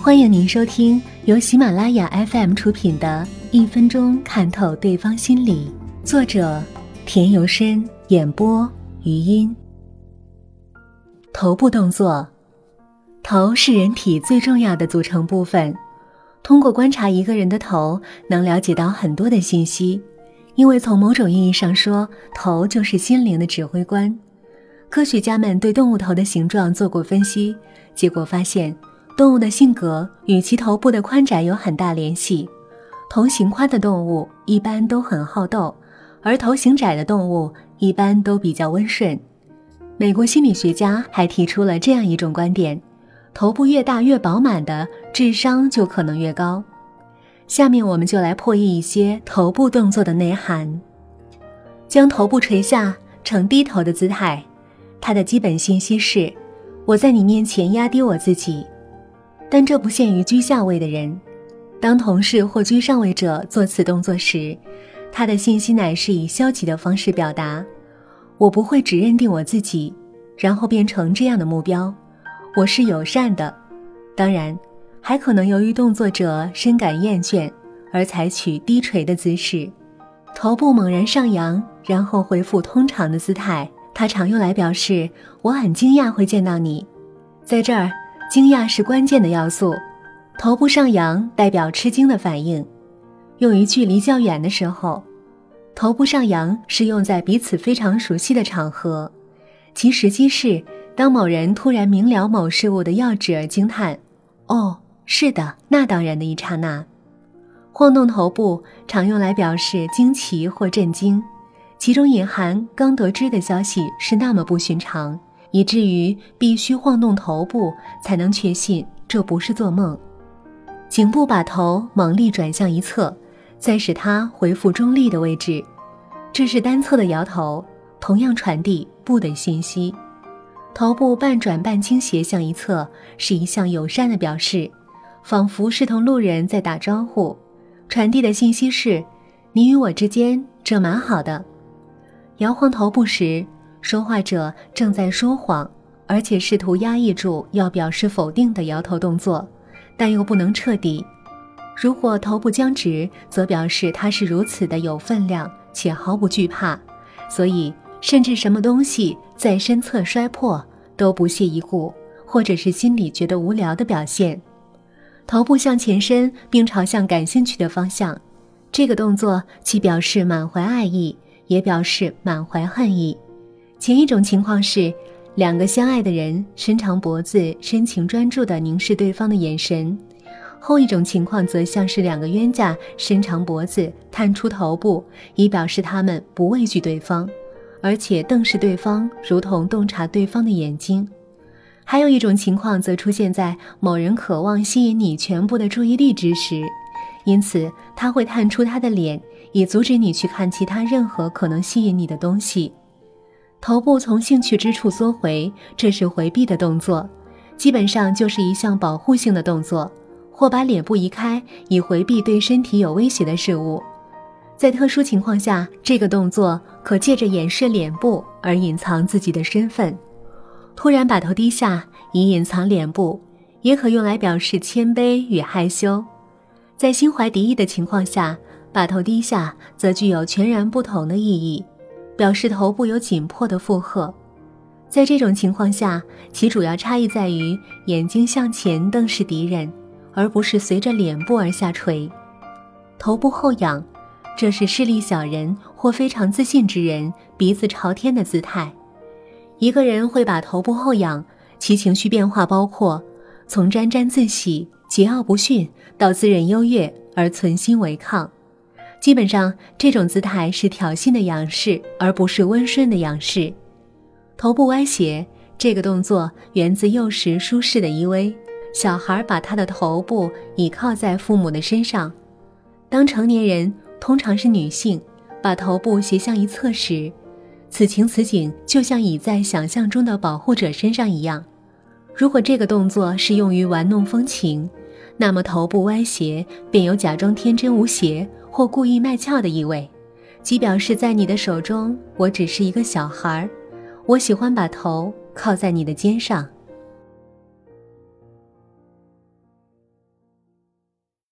欢迎您收听由喜马拉雅 FM 出品的1分钟看透对方心理，作者田由深，演播余音。头部动作。头是人体最重要的组成部分，通过观察一个人的头，能了解到很多的信息，因为从某种意义上说，头就是心灵的指挥官。科学家们对动物头的形状做过分析，结果发现动物的性格与其头部的宽窄有很大联系。头型宽的动物一般都很好斗，而头型窄的动物一般都比较温顺。美国心理学家还提出了这样一种观点，头部越大越饱满的智商就可能越高。下面我们就来破译一些头部动作的内涵。将头部垂下呈低头的姿态，它的基本信息是我在你面前压低我自己。但这不限于居下位的人，当同事或居上位者做此动作时，他的信息乃是以消极的方式表达，我不会只认定我自己，然后变成这样的目标，我是友善的。当然，还可能由于动作者深感厌倦而采取低垂的姿势，头部猛然上扬，然后恢复通常的姿态。它常用来表示我很惊讶会见到你。在这儿，惊讶是关键的要素，头部上扬代表吃惊的反应，用于距离较远的时候。头部上扬是用在彼此非常熟悉的场合，其时机是当某人突然明了某事物的要旨而惊叹，哦，是的，那当然的一刹那。晃动头部常用来表示惊奇或震惊，其中隐含刚得知的消息是那么不寻常，以至于必须晃动头部才能确信这不是做梦。颈部把头猛力转向一侧，再使它恢复中立的位置，这是单侧的摇头，同样传递不的信息。头部半转半倾斜向一侧是一项友善的表示，仿佛是同路人在打招呼，传递的信息是你与我之间这蛮好的。摇晃头部时，说话者正在说谎，而且试图压抑住要表示否定的摇头动作，但又不能彻底。如果头部僵直，则表示他是如此的有分量且毫不惧怕，所以甚至什么东西在身侧摔破都不屑一顾，或者是心里觉得无聊的表现。头部向前伸并朝向感兴趣的方向，这个动作既表示满怀爱意，也表示满怀恨意。前一种情况是两个相爱的人伸长脖子，深情专注地凝视对方的眼神，后一种情况则像是两个冤家伸长脖子，探出头部，以表示他们不畏惧对方，而且瞪视对方，如同洞察对方的眼睛。还有一种情况则出现在某人渴望吸引你全部的注意力之时，因此他会探出他的脸，以阻止你去看其他任何可能吸引你的东西。头部从兴趣之处缩回，这是回避的动作，基本上就是一项保护性的动作，或把脸部移开，以回避对身体有威胁的事物。在特殊情况下，这个动作可借着掩饰脸部而隐藏自己的身份。突然把头低下以隐藏脸部，也可用来表示谦卑与害羞。在心怀敌意的情况下，把头低下则具有全然不同的意义，表示头部有紧迫的负荷。在这种情况下，其主要差异在于眼睛向前瞪视敌人，而不是随着脸部而下垂。头部后仰，这是势利小人或非常自信之人鼻子朝天的姿态。一个人会把头部后仰，其情绪变化包括从沾沾自喜、桀骜不驯到自认优越而存心违抗。基本上，这种姿态是挑衅的仰视，而不是温顺的仰视。头部歪斜，这个动作源自幼时舒适的依偎，小孩把他的头部倚靠在父母的身上。当成年人，通常是女性，把头部斜向一侧时，此情此景就像倚在想象中的保护者身上一样。如果这个动作是用于玩弄风情，那么头部歪斜便有假装天真无邪或故意卖俏的意味，即表示在你的手中，我只是一个小孩，我喜欢把头靠在你的肩上。